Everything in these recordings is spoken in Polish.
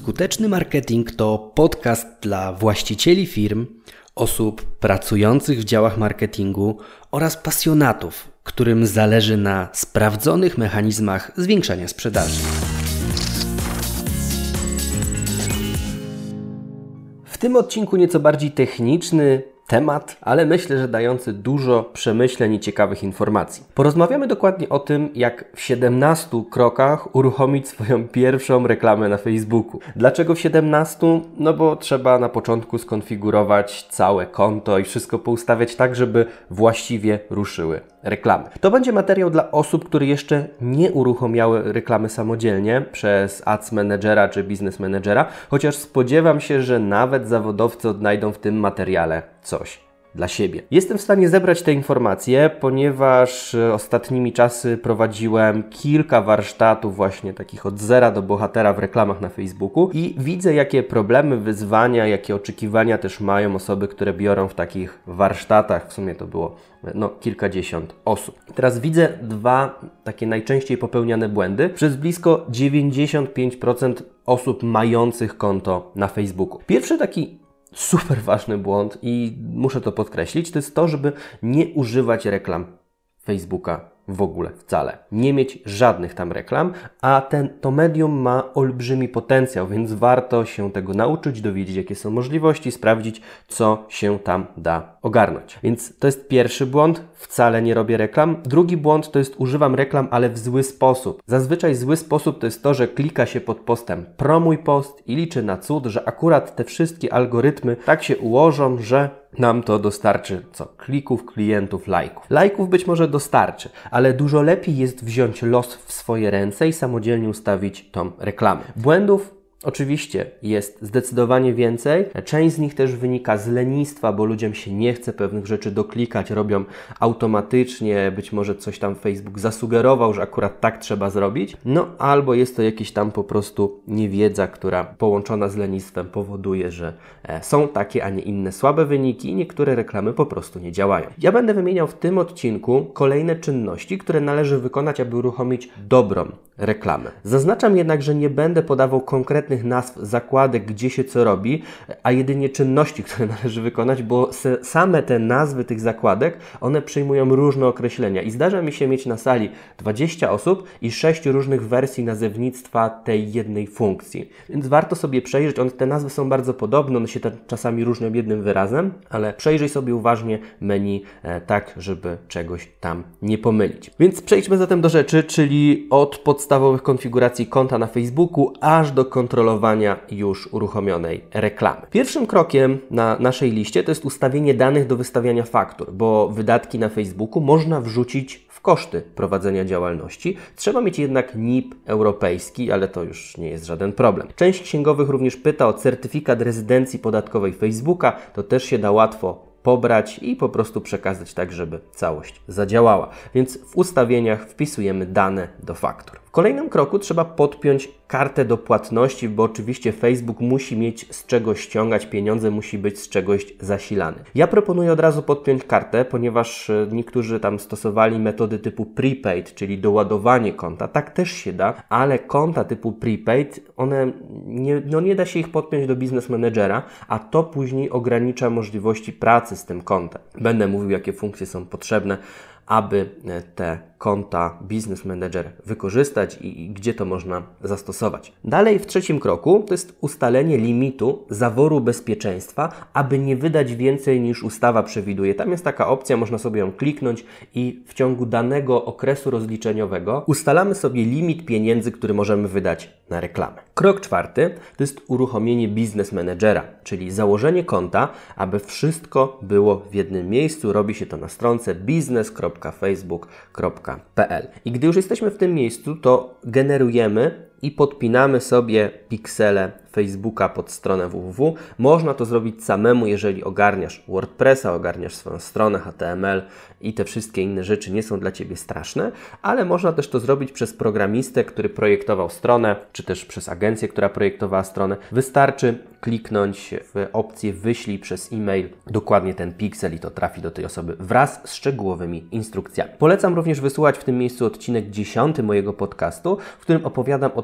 Skuteczny marketing to podcast dla właścicieli firm, osób pracujących w działach marketingu oraz pasjonatów, którym zależy na sprawdzonych mechanizmach zwiększania sprzedaży. W tym odcinku nieco bardziej techniczny temat, ale myślę, że dający dużo przemyśleń i ciekawych informacji. Porozmawiamy dokładnie o tym, jak w 17 krokach uruchomić swoją pierwszą reklamę na Facebooku. Dlaczego w 17? No bo trzeba na początku skonfigurować całe konto i wszystko poustawiać tak, żeby właściwie ruszyły reklamy. To będzie materiał dla osób, które jeszcze nie uruchomiały reklamy samodzielnie przez Ads Managera czy Business Managera, chociaż spodziewam się, że nawet zawodowcy odnajdą w tym materiale coś dla siebie. Jestem w stanie zebrać te informacje, ponieważ ostatnimi czasy prowadziłem kilka warsztatów właśnie takich od zera do bohatera w reklamach na Facebooku i widzę, jakie problemy, wyzwania, jakie oczekiwania też mają osoby, które biorą w takich warsztatach. W sumie to było kilkadziesiąt osób. Teraz widzę dwa takie najczęściej popełniane błędy przez blisko 95% osób mających konto na Facebooku. Pierwszy taki super ważny błąd i muszę to podkreślić, to jest to, żeby nie używać reklam Facebooka w ogóle, wcale. Nie mieć żadnych tam reklam, a to medium ma olbrzymi potencjał, więc warto się tego nauczyć, dowiedzieć, jakie są możliwości, sprawdzić, co się tam da ogarnąć. Więc to jest pierwszy błąd, wcale nie robię reklam. Drugi błąd to jest używam reklam, ale w zły sposób. Zazwyczaj zły sposób to jest to, że klika się pod postem promuj post i liczy na cud, że akurat te wszystkie algorytmy tak się ułożą, że nam to dostarczy klików, klientów, lajków. Lajków być może dostarczy, ale dużo lepiej jest wziąć los w swoje ręce i samodzielnie ustawić tą reklamę. Błędów oczywiście jest zdecydowanie więcej. Część z nich też wynika z lenistwa, bo ludziom się nie chce pewnych rzeczy doklikać, robią automatycznie, być może coś tam Facebook zasugerował, że akurat tak trzeba zrobić, albo jest to jakiś tam po prostu niewiedza, która połączona z lenistwem powoduje, że są takie, a nie inne słabe wyniki i niektóre reklamy po prostu nie działają. Ja będę wymieniał w tym odcinku kolejne czynności, które należy wykonać, aby uruchomić dobrą reklamę. Zaznaczam jednak, że nie będę podawał konkretnych nazw zakładek, gdzie się co robi, a jedynie czynności, które należy wykonać, bo same te nazwy tych zakładek, one przyjmują różne określenia i zdarza mi się mieć na sali 20 osób i 6 różnych wersji nazewnictwa tej jednej funkcji. Więc warto sobie przejrzeć, te nazwy są bardzo podobne, one się czasami różnią jednym wyrazem, ale przejrzyj sobie uważnie menu tak, żeby czegoś tam nie pomylić. Więc przejdźmy zatem do rzeczy, czyli od podstawowych konfiguracji konta na Facebooku, aż do kontrolowania już uruchomionej reklamy. Pierwszym krokiem na naszej liście to jest ustawienie danych do wystawiania faktur, bo wydatki na Facebooku można wrzucić w koszty prowadzenia działalności. Trzeba mieć jednak NIP europejski, ale to już nie jest żaden problem. Część księgowych również pyta o certyfikat rezydencji podatkowej Facebooka, to też się da łatwo pobrać i po prostu przekazać tak, żeby całość zadziałała. Więc w ustawieniach wpisujemy dane do faktur. W kolejnym kroku trzeba podpiąć kartę do płatności, bo oczywiście Facebook musi mieć z czego ściągać pieniądze, musi być z czegoś zasilany. Ja proponuję od razu podpiąć kartę, ponieważ niektórzy tam stosowali metody typu prepaid, czyli doładowanie konta. Tak też się da, ale konta typu prepaid, one nie da się ich podpiąć do Business Managera, a to później ogranicza możliwości pracy z tym kontem. Będę mówił, jakie funkcje są potrzebne, aby te konta Business Manager wykorzystać i gdzie to można zastosować. Dalej w trzecim kroku to jest ustalenie limitu zaworu bezpieczeństwa, aby nie wydać więcej niż ustawa przewiduje. Tam jest taka opcja, można sobie ją kliknąć i w ciągu danego okresu rozliczeniowego ustalamy sobie limit pieniędzy, który możemy wydać na reklamę. Krok czwarty to jest uruchomienie Business Managera, czyli założenie konta, aby wszystko było w jednym miejscu. Robi się to na stronce business.facebook.pl. I gdy już jesteśmy w tym miejscu, to generujemy i podpinamy sobie piksele Facebooka pod stronę www. Można to zrobić samemu, jeżeli ogarniasz WordPressa, ogarniasz swoją stronę HTML i te wszystkie inne rzeczy nie są dla Ciebie straszne, ale można też to zrobić przez programistę, który projektował stronę, czy też przez agencję, która projektowała stronę. Wystarczy kliknąć w opcję wyślij przez e-mail dokładnie ten piksel i to trafi do tej osoby wraz z szczegółowymi instrukcjami. Polecam również wysłuchać w tym miejscu odcinek 10 mojego podcastu, w którym opowiadam o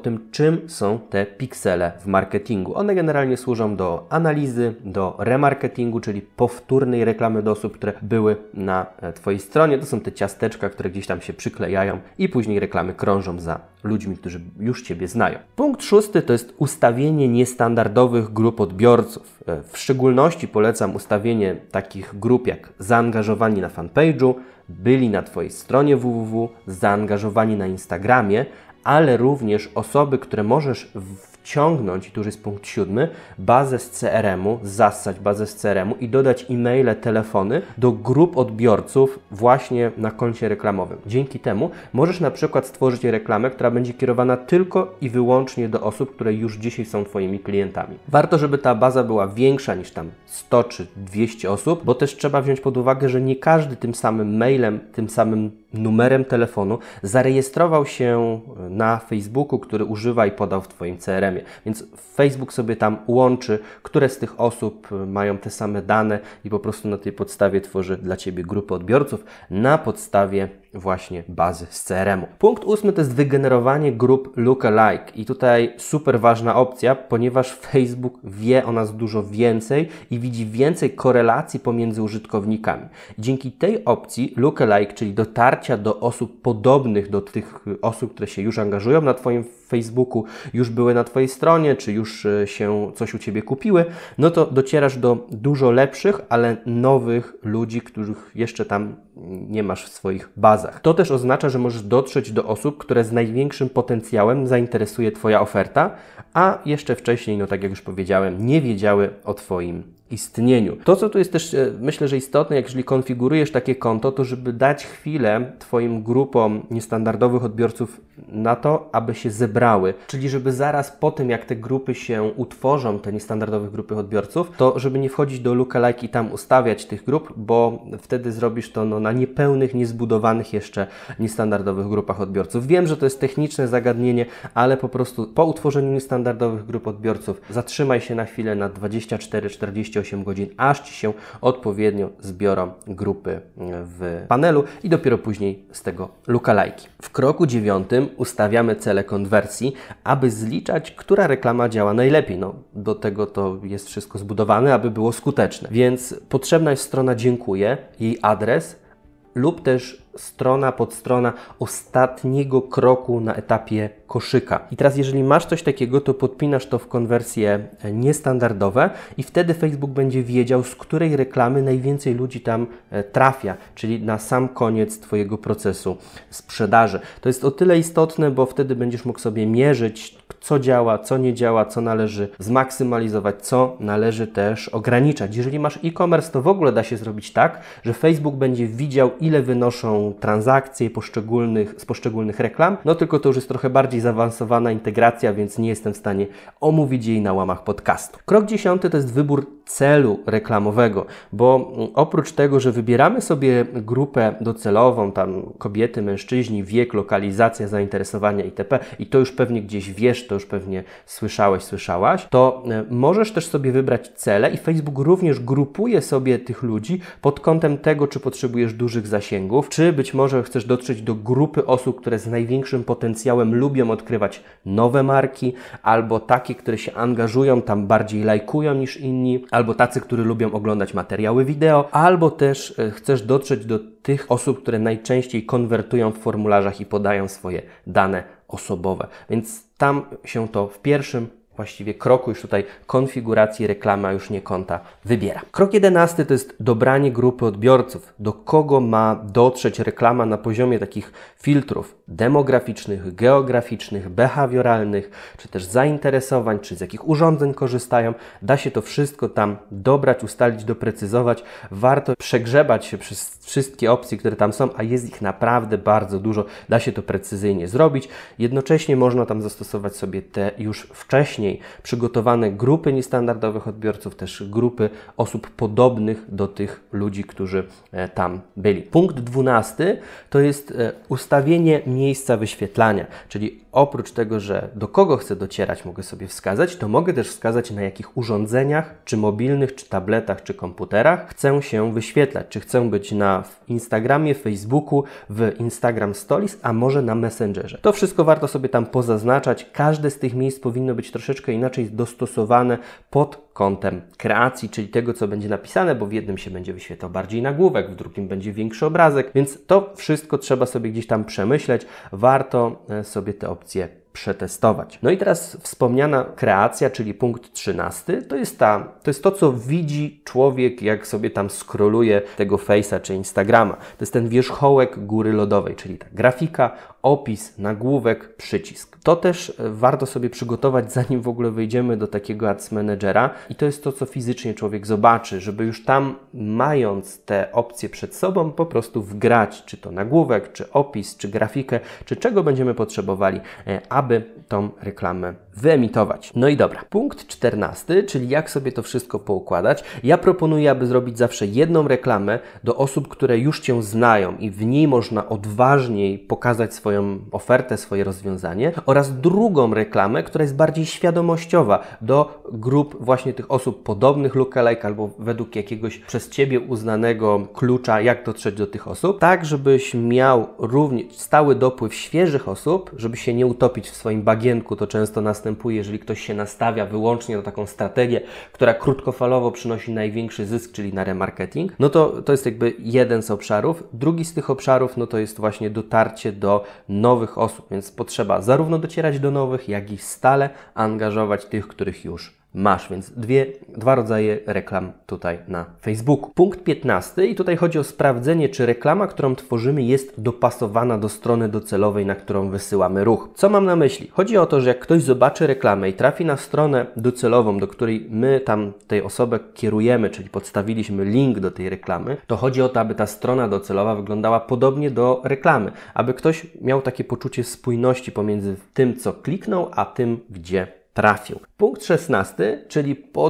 tym, czym są te piksele w marketingu. One generalnie służą do analizy, do remarketingu, czyli powtórnej reklamy do osób, które były na Twojej stronie. To są te ciasteczka, które gdzieś tam się przyklejają i później reklamy krążą za ludźmi, którzy już Ciebie znają. Punkt 6 to jest ustawienie niestandardowych grup odbiorców. W szczególności polecam ustawienie takich grup jak zaangażowani na fanpage'u, byli na Twojej stronie www, zaangażowani na Instagramie, ale również osoby, które możesz wciągnąć, i tu już jest punkt 7, bazę z CRM-u, zassać bazę z CRM-u i dodać e-maile, telefony do grup odbiorców właśnie na koncie reklamowym. Dzięki temu możesz na przykład stworzyć reklamę, która będzie kierowana tylko i wyłącznie do osób, które już dzisiaj są Twoimi klientami. Warto, żeby ta baza była większa niż tam 100 czy 200 osób, bo też trzeba wziąć pod uwagę, że nie każdy tym samym mailem, tym samym numerem telefonu zarejestrował się na Facebooku, który używa i podał w Twoim CRM-ie. Więc Facebook sobie tam łączy, które z tych osób mają te same dane i po prostu na tej podstawie tworzy dla Ciebie grupy odbiorców na podstawie właśnie bazy z CRM-u. Punkt 8 to jest wygenerowanie grup lookalike i tutaj super ważna opcja, ponieważ Facebook wie o nas dużo więcej i widzi więcej korelacji pomiędzy użytkownikami. Dzięki tej opcji lookalike, czyli dotarcia do osób podobnych do tych osób, które się już angażują na Twoim Facebooku, już były na Twojej stronie, czy już się coś u Ciebie kupiły, no to docierasz do dużo lepszych, ale nowych ludzi, których jeszcze tam nie masz w swoich bazach. To też oznacza, że możesz dotrzeć do osób, które z największym potencjałem zainteresuje Twoja oferta, a jeszcze wcześniej, no tak jak już powiedziałem, nie wiedziały o Twoim istnieniu. To, co tu jest też, myślę, że istotne, jeżeli konfigurujesz takie konto, to żeby dać chwilę Twoim grupom niestandardowych odbiorców na to, aby się zebrały. Czyli żeby zaraz po tym, jak te grupy się utworzą, te niestandardowe grupy odbiorców, to żeby nie wchodzić do lookalike i tam ustawiać tych grup, bo wtedy zrobisz to na niepełnych, niezbudowanych jeszcze niestandardowych grupach odbiorców. Wiem, że to jest techniczne zagadnienie, ale po prostu po utworzeniu niestandardowych grup odbiorców zatrzymaj się na chwilę na 24-48 godzin, aż Ci się odpowiednio zbiorą grupy w panelu i dopiero później z tego lookalike. W kroku 9 ustawiamy cele konwersji, aby zliczać, która reklama działa najlepiej. No, do tego to jest wszystko zbudowane, aby było skuteczne. Więc potrzebna jest strona dziękuję, jej adres lub też podstrona ostatniego kroku na etapie koszyka. I teraz jeżeli masz coś takiego, to podpinasz to w konwersje niestandardowe i wtedy Facebook będzie wiedział, z której reklamy najwięcej ludzi tam trafia, czyli na sam koniec Twojego procesu sprzedaży. To jest o tyle istotne, bo wtedy będziesz mógł sobie mierzyć, co działa, co nie działa, co należy zmaksymalizować, co należy też ograniczać. Jeżeli masz e-commerce, to w ogóle da się zrobić tak, że Facebook będzie widział, ile wynoszą transakcje z poszczególnych reklam, no tylko to już jest trochę bardziej zaawansowana integracja, więc nie jestem w stanie omówić jej na łamach podcastu. Krok 10 to jest wybór celu reklamowego, bo oprócz tego, że wybieramy sobie grupę docelową, tam kobiety, mężczyźni, wiek, lokalizacja, zainteresowania itp. i to już pewnie gdzieś wiesz, to już pewnie słyszałaś, to możesz też sobie wybrać cele i Facebook również grupuje sobie tych ludzi pod kątem tego, czy potrzebujesz dużych zasięgów, czy być może chcesz dotrzeć do grupy osób, które z największym potencjałem lubią odkrywać nowe marki, albo takie, które się angażują, tam bardziej lajkują niż inni, albo tacy, którzy lubią oglądać materiały wideo, albo też chcesz dotrzeć do tych osób, które najczęściej konwertują w formularzach i podają swoje dane osobowe. Więc tam się to w pierwszym właściwie kroku już tutaj konfiguracji reklamy, a już nie konta wybiera. Krok 11 to jest dobranie grupy odbiorców. Do kogo ma dotrzeć reklama na poziomie takich filtrów demograficznych, geograficznych, behawioralnych, czy też zainteresowań, czy z jakich urządzeń korzystają. Da się to wszystko tam dobrać, ustalić, doprecyzować. Warto przegrzebać się przez wszystkie opcje, które tam są, a jest ich naprawdę bardzo dużo. Da się to precyzyjnie zrobić. Jednocześnie można tam zastosować sobie te już wcześniej wcześniej przygotowane grupy niestandardowych odbiorców, też grupy osób podobnych do tych ludzi, którzy tam byli. Punkt 12 to jest ustawienie miejsca wyświetlania, czyli oprócz tego, że do kogo chcę docierać, mogę sobie wskazać, to mogę też wskazać, na jakich urządzeniach, czy mobilnych, czy tabletach, czy komputerach chcę się wyświetlać. Czy chcę być na Instagramie, Facebooku, w Instagram Stories, a może na Messengerze. To wszystko warto sobie tam pozaznaczać. Każde z tych miejsc powinno być troszeczkę inaczej dostosowane pod kątem kreacji, czyli tego, co będzie napisane, bo w jednym się będzie wyświetlał bardziej nagłówek, w drugim będzie większy obrazek, więc to wszystko trzeba sobie gdzieś tam przemyśleć. Warto sobie te opcje przetestować. No i teraz wspomniana kreacja, czyli punkt 13, to jest to, co widzi człowiek, jak sobie tam scrolluje tego Face'a czy Instagrama. To jest ten wierzchołek góry lodowej, czyli ta grafika, opis, nagłówek, przycisk. To też warto sobie przygotować, zanim w ogóle wejdziemy do takiego Ads Managera, i to jest to, co fizycznie człowiek zobaczy, żeby już tam, mając te opcje przed sobą, po prostu wgrać, czy to nagłówek, czy opis, czy grafikę, czy czego będziemy potrzebowali, aby tą reklamę wyemitować. No i dobra, punkt 14, czyli jak sobie to wszystko poukładać. Ja proponuję, aby zrobić zawsze jedną reklamę do osób, które już Cię znają i w niej można odważniej pokazać swoją ofertę, swoje rozwiązanie, oraz drugą reklamę, która jest bardziej świadomościowa do grup właśnie tych osób podobnych lookalike albo według jakiegoś przez Ciebie uznanego klucza, jak dotrzeć do tych osób, tak żebyś miał również stały dopływ świeżych osób, żeby się nie utopić w swoim bagienku. To często następuje, jeżeli ktoś się nastawia wyłącznie na taką strategię, która krótkofalowo przynosi największy zysk, czyli na remarketing, no to jest jakby jeden z obszarów. Drugi z tych obszarów, no to jest właśnie dotarcie do nowych osób, więc potrzeba zarówno docierać do nowych, jak i stale angażować tych, których już masz, więc dwa rodzaje reklam tutaj na Facebooku. Punkt 15 i tutaj chodzi o sprawdzenie, czy reklama, którą tworzymy, jest dopasowana do strony docelowej, na którą wysyłamy ruch. Co mam na myśli? Chodzi o to, że jak ktoś zobaczy reklamę i trafi na stronę docelową, do której my tam tej osobę kierujemy, czyli podstawiliśmy link do tej reklamy, to chodzi o to, aby ta strona docelowa wyglądała podobnie do reklamy, aby ktoś miał takie poczucie spójności pomiędzy tym, co kliknął, a tym, gdzie trafił. Punkt 16, czyli po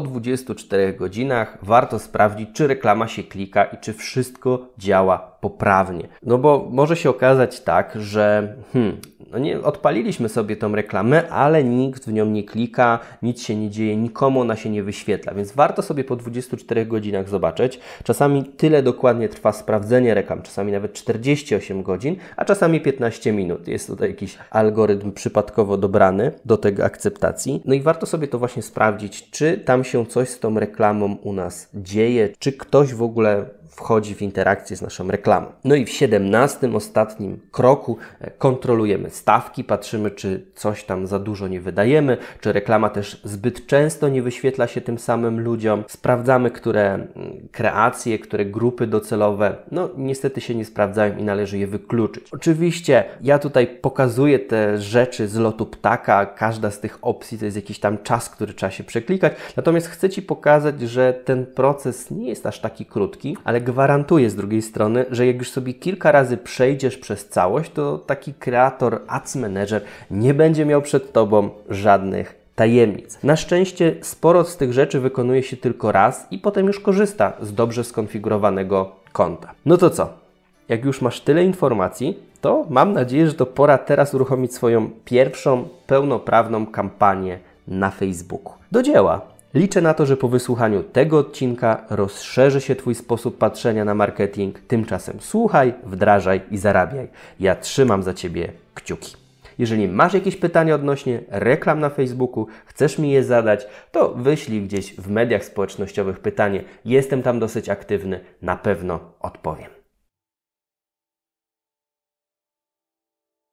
24 godzinach warto sprawdzić, czy reklama się klika i czy wszystko działa poprawnie. No bo może się okazać tak, że nie odpaliliśmy sobie tą reklamę, ale nikt w nią nie klika, nic się nie dzieje, nikomu ona się nie wyświetla, więc warto sobie po 24 godzinach zobaczyć. Czasami tyle dokładnie trwa sprawdzenie reklam, czasami nawet 48 godzin, a czasami 15 minut. Jest tutaj jakiś algorytm przypadkowo dobrany do tego akceptacji. No i warto sobie to właśnie sprawdzić, czy tam się coś z tą reklamą u nas dzieje, czy ktoś w ogóle wchodzi w interakcję z naszą reklamą. No i w 17, ostatnim kroku kontrolujemy stawki, patrzymy, czy coś tam za dużo nie wydajemy, czy reklama też zbyt często nie wyświetla się tym samym ludziom. Sprawdzamy, które kreacje, które grupy docelowe, no niestety się nie sprawdzają i należy je wykluczyć. Oczywiście ja tutaj pokazuję te rzeczy z lotu ptaka, każda z tych opcji to jest jakiś tam czas, który trzeba się przeklikać, natomiast chcę Ci pokazać, że ten proces nie jest aż taki krótki, ale gwarantuję z drugiej strony, że jak już sobie kilka razy przejdziesz przez całość, to taki kreator Ads Manager nie będzie miał przed Tobą żadnych tajemnic. Na szczęście sporo z tych rzeczy wykonuje się tylko raz i potem już korzysta z dobrze skonfigurowanego konta. No to co? Jak już masz tyle informacji, to mam nadzieję, że to pora teraz uruchomić swoją pierwszą pełnoprawną kampanię na Facebooku. Do dzieła! Liczę na to, że po wysłuchaniu tego odcinka rozszerzy się Twój sposób patrzenia na marketing. Tymczasem słuchaj, wdrażaj i zarabiaj. Ja trzymam za Ciebie kciuki. Jeżeli masz jakieś pytania odnośnie reklam na Facebooku, chcesz mi je zadać, to wyślij gdzieś w mediach społecznościowych pytanie. Jestem tam dosyć aktywny, na pewno odpowiem.